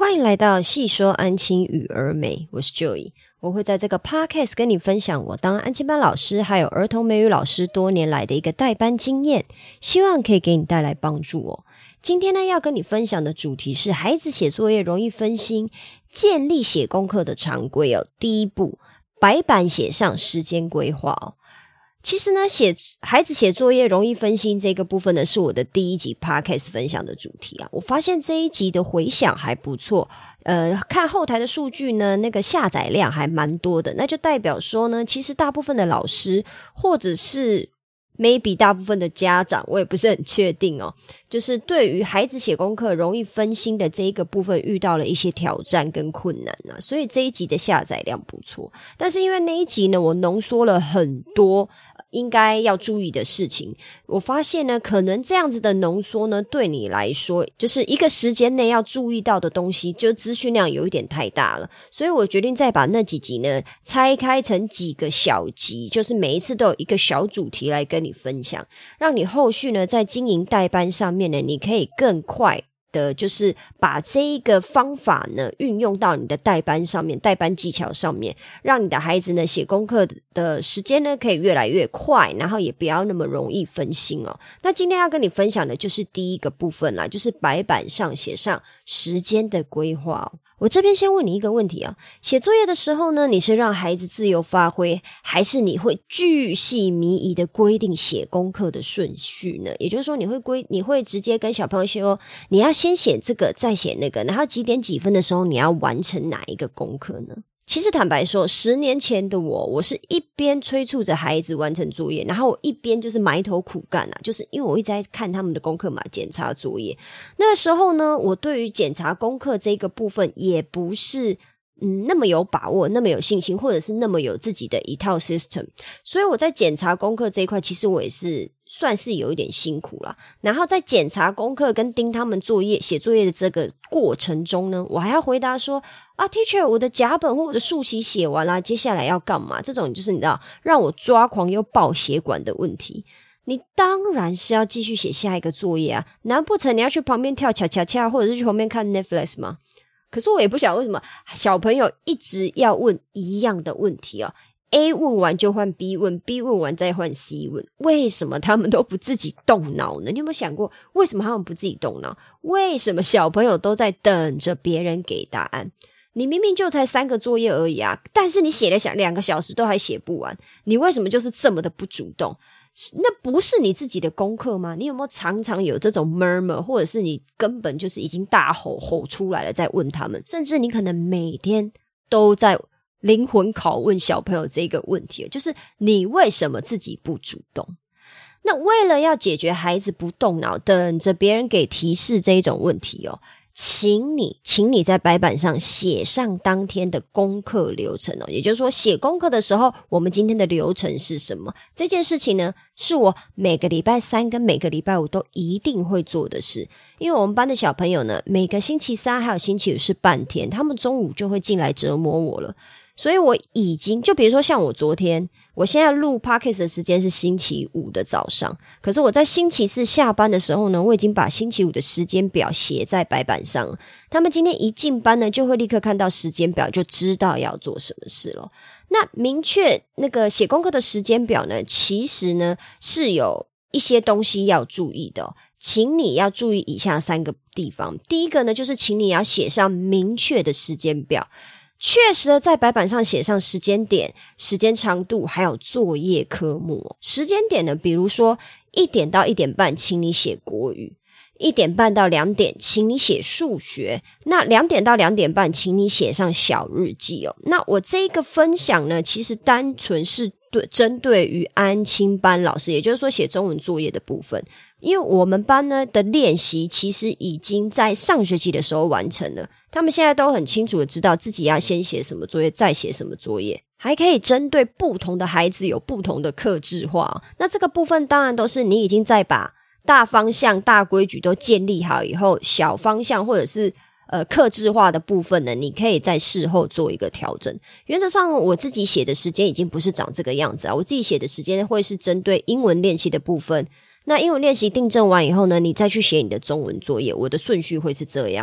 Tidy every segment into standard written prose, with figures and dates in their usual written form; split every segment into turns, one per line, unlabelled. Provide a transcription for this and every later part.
欢迎来到细说安亲与儿美，我是 Joy。 我会在这个 podcast 跟你分享我当安亲班老师还有儿童美语老师多年来的一个带班经验，希望可以给你带来帮助哦。今天呢，要跟你分享的主题是孩子写作业容易分心，建立写功课的常规哦。第一步，白板写上时间规划哦。其实呢，孩子写作业容易分心这个部分呢，是我的第一集 podcast 分享的主题啊。我发现这一集的回响还不错，看后台的数据呢，那个下载量还蛮多的，那就代表说呢，其实大部分的老师或者是 maybe 大部分的家长，我也不是很确定哦，就是对于孩子写功课容易分心的这一个部分遇到了一些挑战跟困难啊，所以这一集的下载量不错。但是因为那一集呢，我浓缩了很多应该要注意的事情，我发现呢，可能这样子的浓缩呢，对你来说就是一个时间内要注意到的东西，就资讯量有一点太大了，所以我决定再把那几集呢拆开成几个小集，就是每一次都有一个小主题来跟你分享，让你后续呢在经营代班上面呢，你可以更快的就是把这一个方法呢运用到你的代班上面，代班技巧上面，让你的孩子呢写功课的时间呢可以越来越快，然后也不要那么容易分心哦。那今天要跟你分享的就是第一个部分啦，就是白板上写上时间的规划哦。我这边先问你一个问题啊，写作业的时候呢，你是让孩子自由发挥，还是你会巨细靡遗的规定写功课的顺序呢？也就是说你会直接跟小朋友说，你要先写这个再写那个，然后几点几分的时候你要完成哪一个功课呢？其实坦白说，10年前的我是一边催促着孩子完成作业，然后我一边就是埋头苦干啊，就是因为我一直在看他们的功课嘛，检查作业。那个时候呢，我对于检查功课这个部分也不是那么有把握，那么有信心，或者是那么有自己的一套 system， 所以我在检查功课这一块，其实我也是算是有一点辛苦啦。然后在检查功课跟盯他们写作业的这个过程中呢，我还要回答说啊 teacher 我的甲本或我的数习写完啦，接下来要干嘛？这种就是你知道让我抓狂又爆血管的问题。你当然是要继续写下一个作业啊，难不成你要去旁边跳恰恰恰，或者是去旁边看 Netflix 吗？可是我也不晓得为什么小朋友一直要问一样的问题哦。A 问完就换 B 问， B 问完再换 C 问，为什么他们都不自己动脑呢？你有没有想过为什么他们不自己动脑？为什么小朋友都在等着别人给答案？你明明就才3个作业而已啊，但是你写了2个小时都还写不完，你为什么就是这么的不主动？那不是你自己的功课吗？你有没有常常有这种 murmur， 或者是你根本就是已经大吼出来了在问他们，甚至你可能每天都在灵魂拷问小朋友这个问题，就是你为什么自己不主动？那为了要解决孩子不动脑等着别人给提示这一种问题哦，请你在白板上写上当天的功课流程哦，也就是说写功课的时候我们今天的流程是什么？这件事情呢，是我每个礼拜3跟每个礼拜5都一定会做的事。因为我们班的小朋友呢，每个星期3还有星期5是半天，他们中午就会进来折磨我了，所以我已经就比如说像我现在录 podcast 的时间是星期5的早上，可是我在星期4下班的时候呢，我已经把星期5的时间表写在白板上了。他们今天一进班呢，就会立刻看到时间表，就知道要做什么事了。那明确那个写功课的时间表呢，其实呢是有一些东西要注意的哦。请你要注意以下3个地方。第一个呢，就是请你要写上明确的时间表，确实的在白板上写上时间点、时间长度还有作业科目。时间点呢，比如说1点到1点半请你写国语，1点半到2点请你写数学，那2点到2点半请你写上小日记哦。那我这个分享呢，其实单纯是针对于安亲班老师，也就是说写中文作业的部分。因为我们班呢的练习其实已经在上学期的时候完成了，他们现在都很清楚的知道自己要先写什么作业再写什么作业，还可以针对不同的孩子有不同的客制化。那这个部分当然都是你已经在把大方向大规矩都建立好以后，小方向或者是客制化的部分呢，你可以在事后做一个调整。原则上我自己写的时间已经不是长这个样子啊，我自己写的时间会是针对英文练习的部分，那英文练习订正完以后呢，你再去写你的中文作业，我的顺序会是这样。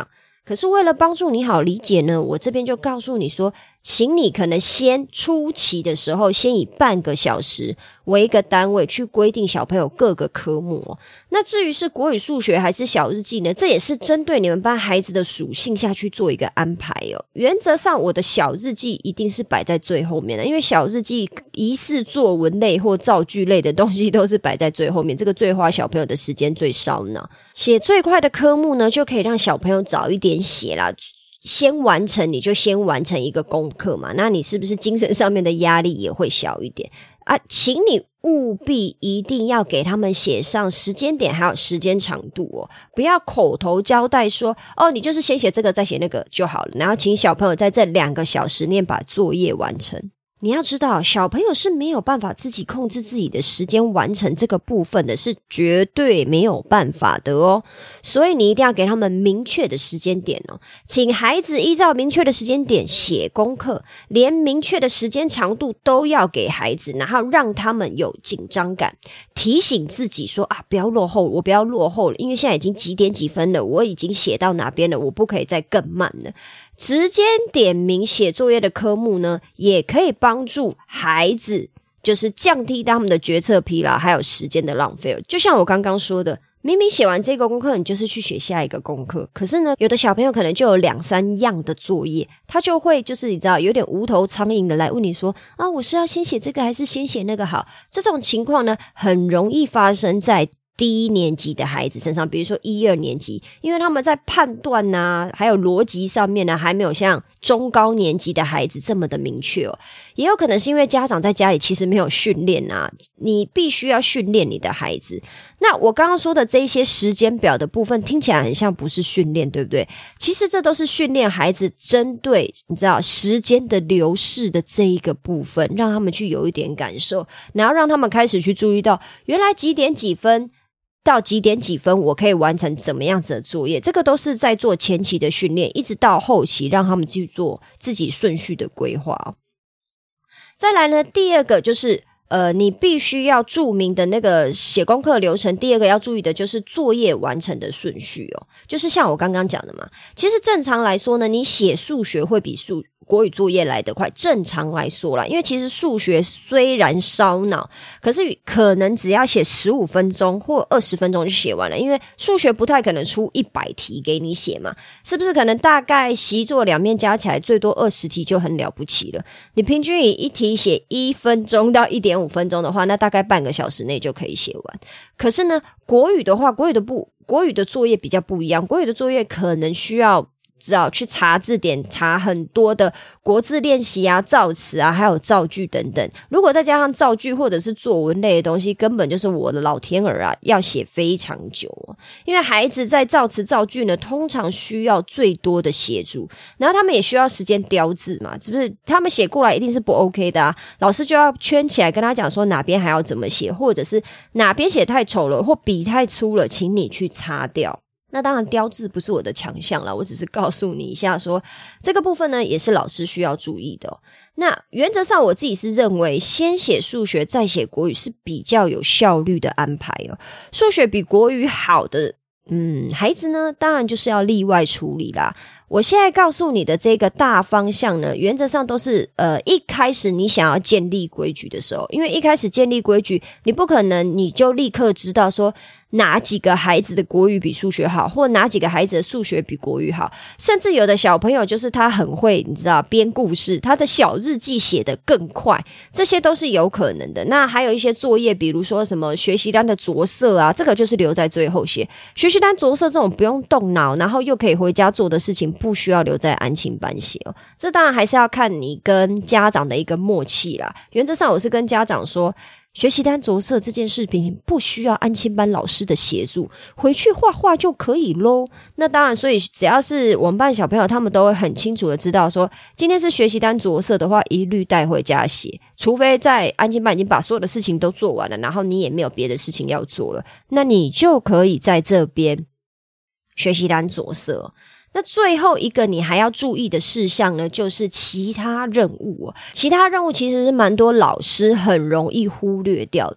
可是为了帮助你好理解呢，我这边就告诉你说，请你可能先初期的时候，先以半个小时为一个单位去规定小朋友各个科目哦。那至于是国语、数学还是小日记呢，这也是针对你们班孩子的属性下去做一个安排哦。原则上我的小日记一定是摆在最后面的，因为小日记疑似作文类或造句类的东西都是摆在最后面，这个最花小朋友的时间，最烧脑。写最快的科目呢，就可以让小朋友早一点写啦，先完成你就先完成一个功课嘛，那你是不是精神上面的压力也会小一点啊？请你务必一定要给他们写上时间点还有时间长度哦，不要口头交代说你就是先写这个再写那个就好了，然后请小朋友在这2个小时内把作业完成。你要知道，小朋友是没有办法自己控制自己的时间完成这个部分的，是绝对没有办法的哦。所以你一定要给他们明确的时间点哦，请孩子依照明确的时间点写功课，连明确的时间长度都要给孩子，然后让他们有紧张感，提醒自己说不要落后，我不要落后了，因为现在已经几点几分了，我已经写到哪边了，我不可以再更慢了。直接点名写作业的科目呢，也可以帮助孩子就是降低他们的决策疲劳还有时间的浪费。就像我刚刚说的，明明写完这个功课你就是去写下一个功课，可是呢有的小朋友可能就有2-3样的作业，他就会就是你知道有点无头苍蝇的来问你说我是要先写这个还是先写那个好。这种情况呢很容易发生在低年级的孩子身上，比如说1、2年级，因为他们在判断啊还有逻辑上面呢还没有像中高年级的孩子这么的明确哦。也有可能是因为家长在家里其实没有训练啊，你必须要训练你的孩子。那我刚刚说的这些时间表的部分听起来很像不是训练，对不对？其实这都是训练孩子针对你知道时间的流逝的这一个部分，让他们去有一点感受，然后让他们开始去注意到原来几点几分到几点几分我可以完成怎么样子的作业，这个都是在做前期的训练，一直到后期让他们去做自己顺序的规划。再来呢，第二个就是你必须要注明的那个写功课流程，第二个要注意的就是作业完成的顺序哦。就是像我刚刚讲的嘛，其实正常来说呢，你写数学会比国语作业来得快，正常来说啦，因为其实数学虽然烧脑，可是可能只要写15分钟或20分钟就写完了，因为数学不太可能出100题给你写嘛，是不是？可能大概习作2面加起来最多20题就很了不起了，你平均以一题写1分钟到 1.5 分钟的话，那大概半个小时内就可以写完。可是呢，国语的话，国语的作业比较不一样，国语的作业可能需要去查字典，查很多的国字练习啊、造词啊，还有造句等等。如果再加上造句或者是作文类的东西，根本就是我的老天儿啊，要写非常久哦。因为孩子在造词造句呢，通常需要最多的协助，然后他们也需要时间雕字嘛，是不是？他们写过来一定是不 OK 的啊，老师就要圈起来跟他讲说哪边还要怎么写，或者是哪边写太丑了或笔太粗了，请你去擦掉。那当然雕字不是我的强项啦，我只是告诉你一下说这个部分呢也是老师需要注意的哦。那原则上我自己是认为先写数学再写国语是比较有效率的安排哦。数学比国语好的孩子呢当然就是要例外处理啦。我现在告诉你的这个大方向呢，原则上都是一开始你想要建立规矩的时候，因为一开始建立规矩你不可能你就立刻知道说哪几个孩子的国语比数学好，或哪几个孩子的数学比国语好，甚至有的小朋友就是他很会你知道编故事，他的小日记写得更快，这些都是有可能的。那还有一些作业，比如说什么学习单的着色啊，这个就是留在最后写。学习单着色这种不用动脑，然后又可以回家做的事情，不需要留在安亲班写哦。这当然还是要看你跟家长的一个默契啦。原则上我是跟家长说，学习单着色这件事情不需要安亲班老师的协助，回去画画就可以咯。那当然，所以只要是我们班小朋友，他们都会很清楚的知道说，今天是学习单着色的话，一律带回家写，除非在安亲班已经把所有的事情都做完了，然后你也没有别的事情要做了，那你就可以在这边学习单着色。那最后一个你还要注意的事项呢，就是其他任务哦。其他任务其实是蛮多老师很容易忽略掉的。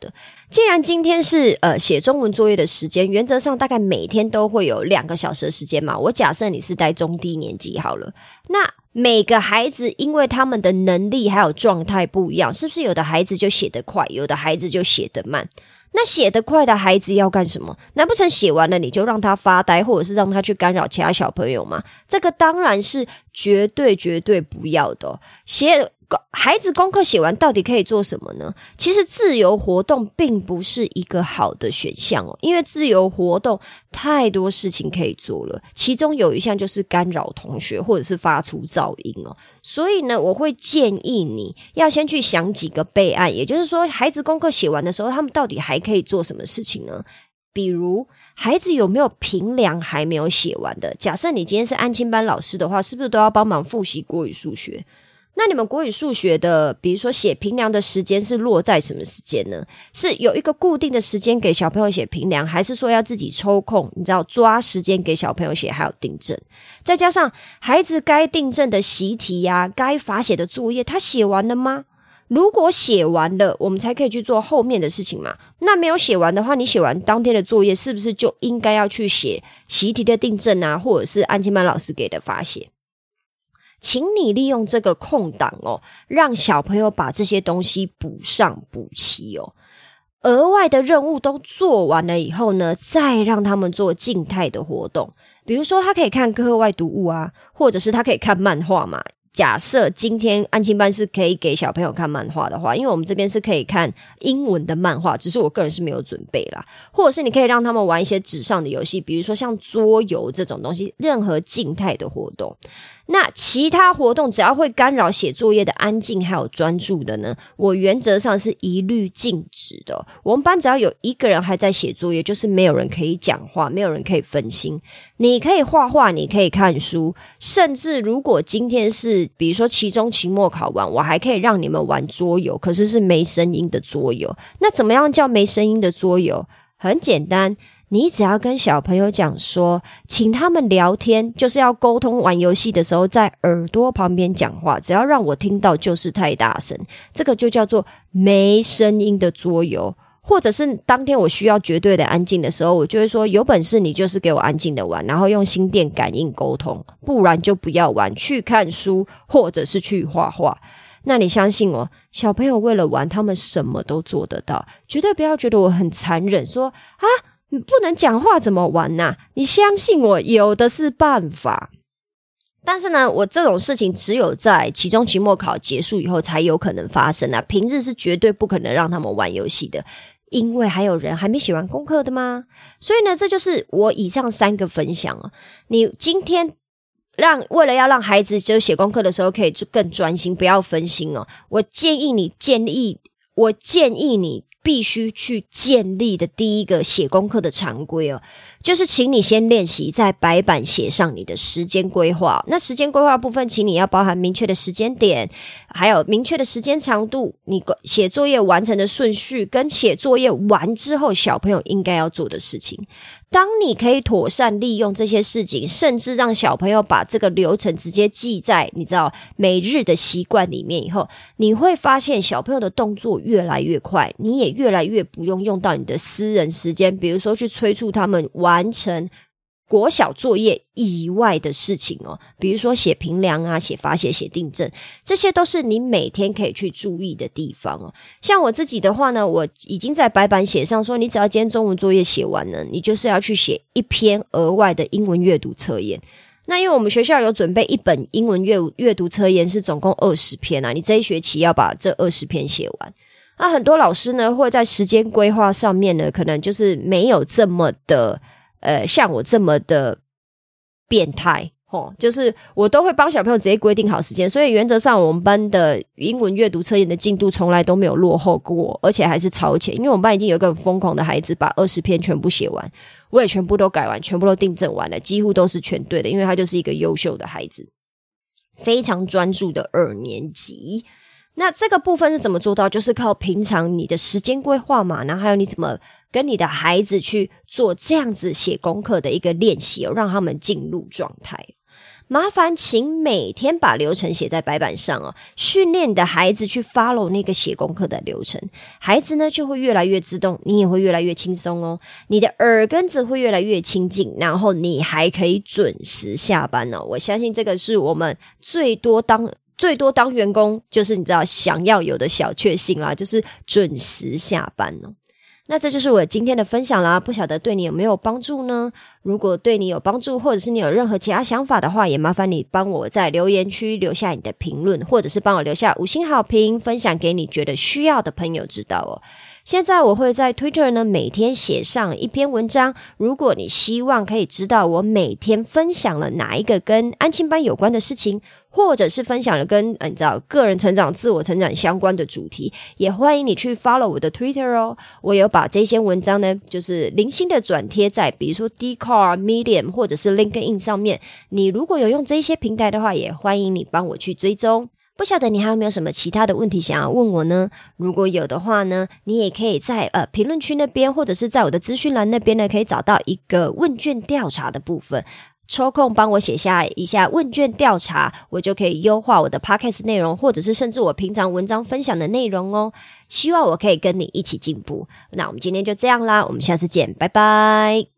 既然今天是写中文作业的时间，原则上大概每天都会有2个小时的时间嘛。我假设你是带中低年级好了，那每个孩子因为他们的能力还有状态不一样，是不是有的孩子就写得快，有的孩子就写得慢？那写得快的孩子要干什么？难不成写完了你就让他发呆，或者是让他去干扰其他小朋友吗？这个当然是绝对不要的哦。孩子功课写完到底可以做什么呢？其实自由活动并不是一个好的选项哦，因为自由活动太多事情可以做了，其中有一项就是干扰同学或者是发出噪音哦。所以呢，我会建议你要先去想几个备案，也就是说孩子功课写完的时候，他们到底还可以做什么事情呢？比如孩子有没有评量还没有写完的？假设你今天是安亲班老师的话，是不是都要帮忙复习国语数学？那你们国语数学的比如说写评量的时间是落在什么时间呢？是有一个固定的时间给小朋友写评量，还是说要自己抽空你知道抓时间给小朋友写，还有订正？再加上孩子该订正的习题啊，该罚写的作业他写完了吗？如果写完了，我们才可以去做后面的事情嘛。那没有写完的话，你写完当天的作业是不是就应该要去写习题的订正啊，或者是安亲班老师给的罚写？请你利用这个空档哦，让小朋友把这些东西补上补齐哦。额外的任务都做完了以后呢，再让他们做静态的活动，比如说他可以看课外读物啊，或者是他可以看漫画嘛。假设今天安亲班是可以给小朋友看漫画的话，因为我们这边是可以看英文的漫画，只是我个人是没有准备啦。或者是你可以让他们玩一些纸上的游戏，比如说像桌游这种东西，任何静态的活动。那其他活动只要会干扰写作业的安静还有专注的呢，我原则上是一律禁止的。我们班只要有一个人还在写作业，就是没有人可以讲话，没有人可以分心。你可以画画，你可以看书，甚至如果今天是比如说期中期末考完，我还可以让你们玩桌游，可是是没声音的桌游。那怎么样叫没声音的桌游？很简单，你只要跟小朋友讲说，请他们聊天，就是要沟通玩游戏的时候在耳朵旁边讲话，只要让我听到就是太大声，这个就叫做没声音的桌游。或者是当天我需要绝对的安静的时候，我就会说有本事你就是给我安静的玩，然后用心电感应沟通，不然就不要玩，去看书或者是去画画。那你相信我，小朋友为了玩他们什么都做得到，绝对不要觉得我很残忍，说啊你不能讲话怎么玩啊，你相信我，有的是办法。但是呢，我这种事情只有在期中期末考结束以后才有可能发生啊，平日是绝对不可能让他们玩游戏的，因为还有人还没写完功课的吗？所以呢，这就是我以上3个分享啊。你今天为了要让孩子就写功课的时候可以更专心，不要分心哦，我建议你必须去建立的第一个写功课的常规哦，就是请你先练习在白板写上你的时间规划。那时间规划部分，请你要包含明确的时间点，还有明确的时间长度，你写作业完成的顺序，跟写作业完之后小朋友应该要做的事情。当你可以妥善利用这些事情，甚至让小朋友把这个流程直接记在你知道每日的习惯里面以后，你会发现小朋友的动作越来越快，你也越来越不用到你的私人时间，比如说去催促他们完成国小作业以外的事情哦，比如说写评量啊，写罚写，写订正，这些都是你每天可以去注意的地方哦。像我自己的话呢，我已经在白板写上说，你只要今天中文作业写完了，你就是要去写1篇额外的英文阅读测验。那因为我们学校有准备1本英文阅读测验，是总共20篇啊，你这一学期要把这20篇写完。那很多老师呢会在时间规划上面呢，可能就是没有这么的像我这么的变态就是我都会帮小朋友直接规定好时间，所以原则上我们班的英文阅读测验的进度从来都没有落后过，而且还是超前。因为我们班已经有一个很疯狂的孩子把20篇全部写完，我也全部都改完，全部都订正完了，几乎都是全对的，因为他就是一个优秀的孩子，非常专注的2年级。那这个部分是怎么做到？就是靠平常你的时间规划嘛，然后还有你怎么跟你的孩子去做这样子写功课的一个练习让他们进入状态。 麻烦请每天把流程写在白板上哦，训练你的孩子去 follow 那个写功课的流程，孩子呢就会越来越自动，你也会越来越轻松哦，你的耳根子会越来越亲近，然后你还可以准时下班哦。我相信这个是我们最多当员工就是你知道想要有的小确幸啦，就是准时下班哦。那这就是我今天的分享啦，不晓得对你有没有帮助呢？如果对你有帮助，或者是你有任何其他想法的话，也麻烦你帮我在留言区留下你的评论，或者是帮我留下5星好评，分享给你觉得需要的朋友知道哦。现在我会在 Twitter 呢每天写上一篇文章，如果你希望可以知道我每天分享了哪一个跟安亲班有关的事情，或者是分享了跟你知道个人成长、自我成长相关的主题，也欢迎你去 follow 我的 Twitter 哦。我有把这些文章呢，就是零星的转贴在比如说 Dcard、Medium 或者是 LinkedIn 上面。你如果有用这些平台的话，也欢迎你帮我去追踪。不晓得你还有没有什么其他的问题想要问我呢？如果有的话呢，你也可以在评论区那边，或者是在我的资讯栏那边呢，可以找到一个问卷调查的部分。抽空帮我写下一下问卷调查，我就可以优化我的 podcast 内容，或者是甚至我平常文章分享的内容哦。希望我可以跟你一起进步。那我们今天就这样啦，我们下次见，拜拜。